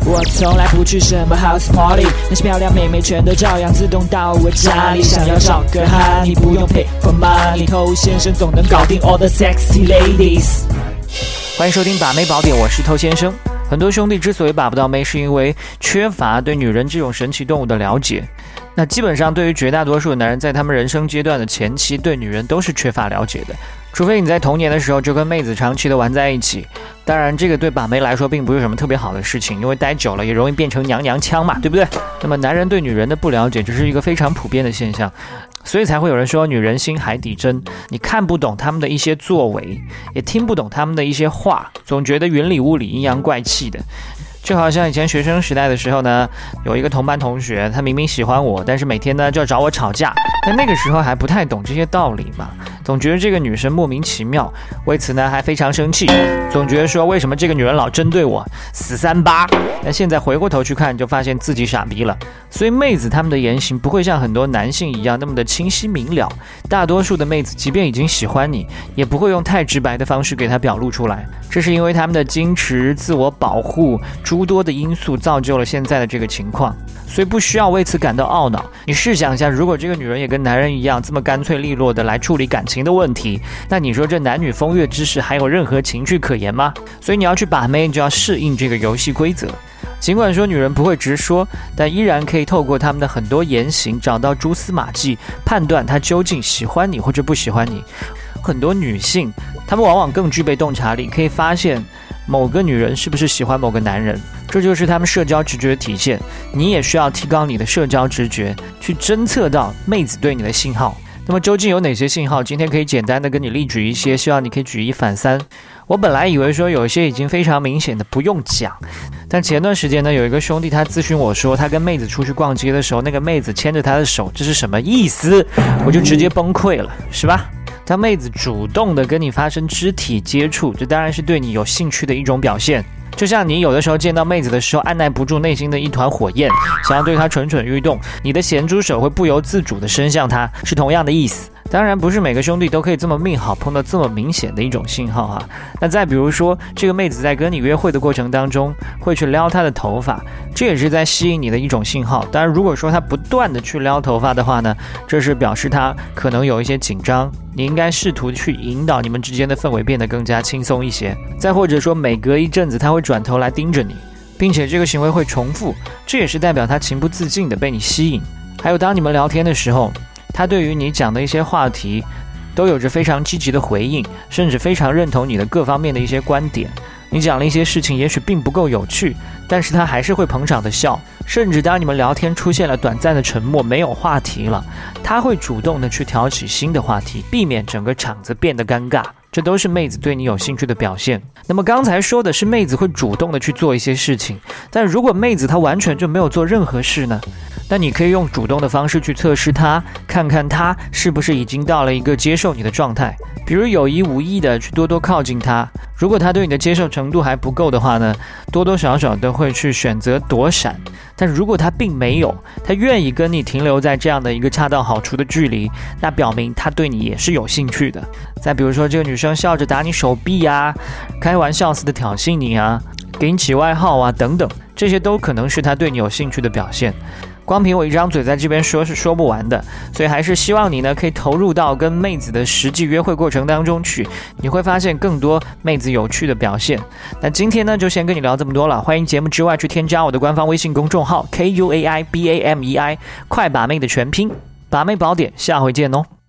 我从来不去什么 house party， 那些漂亮妹妹全都照样自动到我家里。想要找个哈，你不用 pay for money， 偷先生总能搞定 all the sexy ladies。 欢迎收听把妹宝典，我是偷先生。很多兄弟之所以把不到妹，是因为缺乏对女人这种神奇动物的了解。那基本上对于绝大多数的男人，在他们人生阶段的前期，对女人都是缺乏了解的。除非你在童年的时候就跟妹子长期的玩在一起，当然这个对把妹来说并不是什么特别好的事情，因为待久了也容易变成娘娘腔嘛，对不对？那么男人对女人的不了解，这是一个非常普遍的现象，所以才会有人说女人心海底针，你看不懂他们的一些作为，也听不懂他们的一些话，总觉得云里雾里阴阳怪气的。就好像以前学生时代的时候呢，有一个同班同学，他明明喜欢我，但是每天呢就要找我吵架，但那个时候还不太懂这些道理嘛，总觉得这个女生莫名其妙，为此呢还非常生气，总觉得说为什么这个女人老针对我，死38。但现在回过头去看，就发现自己傻逼了。所以妹子她们的言行不会像很多男性一样那么的清晰明了，大多数的妹子即便已经喜欢你，也不会用太直白的方式给她表露出来，这是因为她们的矜持、自我保护诸多的因素造就了现在的这个情况，所以不需要为此感到懊恼。你试想一下，如果这个女人也跟男人一样这么干脆利落的来处理感情的问题，那你说这男女风月之事还有任何情趣可言吗？所以你要去把妹，就要适应这个游戏规则。尽管说女人不会直说，但依然可以透过她们的很多言行找到蛛丝马迹，判断她究竟喜欢你或者不喜欢你。很多女性她们往往更具备洞察力，可以发现某个女人是不是喜欢某个男人，这就是她们社交直觉的体现。你也需要提高你的社交直觉，去侦测到妹子对你的信号。那么究竟有哪些信号？今天可以简单的跟你例举一些，希望你可以举一反三。我本来以为说有一些已经非常明显的不用讲，但前段时间呢，有一个兄弟他咨询我说，他跟妹子出去逛街的时候，那个妹子牵着他的手，这是什么意思？我就直接崩溃了，是吧？当妹子主动的跟你发生肢体接触，这当然是对你有兴趣的一种表现。就像你有的时候见到妹子的时候，按耐不住内心的一团火焰，想要对她蠢蠢欲动，你的咸猪手会不由自主的伸向她，是同样的意思。当然不是每个兄弟都可以这么命好，碰到这么明显的一种信号啊。那再比如说，这个妹子在跟你约会的过程当中，会去撩她的头发，这也是在吸引你的一种信号。当然如果说她不断的去撩头发的话呢，这是表示她可能有一些紧张，你应该试图去引导你们之间的氛围变得更加轻松一些。再或者说每隔一阵子她会转头来盯着你，并且这个行为会重复，这也是代表她情不自禁的被你吸引。还有当你们聊天的时候，他对于你讲的一些话题都有着非常积极的回应，甚至非常认同你的各方面的一些观点。你讲了一些事情也许并不够有趣，但是他还是会捧场的笑，甚至当你们聊天出现了短暂的沉默，没有话题了，他会主动的去挑起新的话题，避免整个场子变得尴尬。这都是妹子对你有兴趣的表现。那么刚才说的是妹子会主动的去做一些事情，但如果妹子她完全就没有做任何事呢？那你可以用主动的方式去测试她，看看她是不是已经到了一个接受你的状态。比如有意无意的去多多靠近她，如果她对你的接受程度还不够的话呢，多多少少都会去选择躲闪。但如果她并没有，她愿意跟你停留在这样的一个恰到好处的距离，那表明她对你也是有兴趣的。再比如说这个女生笑着打你手臂啊，开玩笑似的挑衅你啊，给你起外号啊等等，这些都可能是她对你有兴趣的表现。光凭我一张嘴在这边说是说不完的，所以还是希望你呢可以投入到跟妹子的实际约会过程当中去，你会发现更多妹子有趣的表现。那今天呢就先跟你聊这么多了，欢迎节目之外去添加我的官方微信公众号 KUAIBAMEI， 快把妹的全拼，把妹宝典，下回见哦。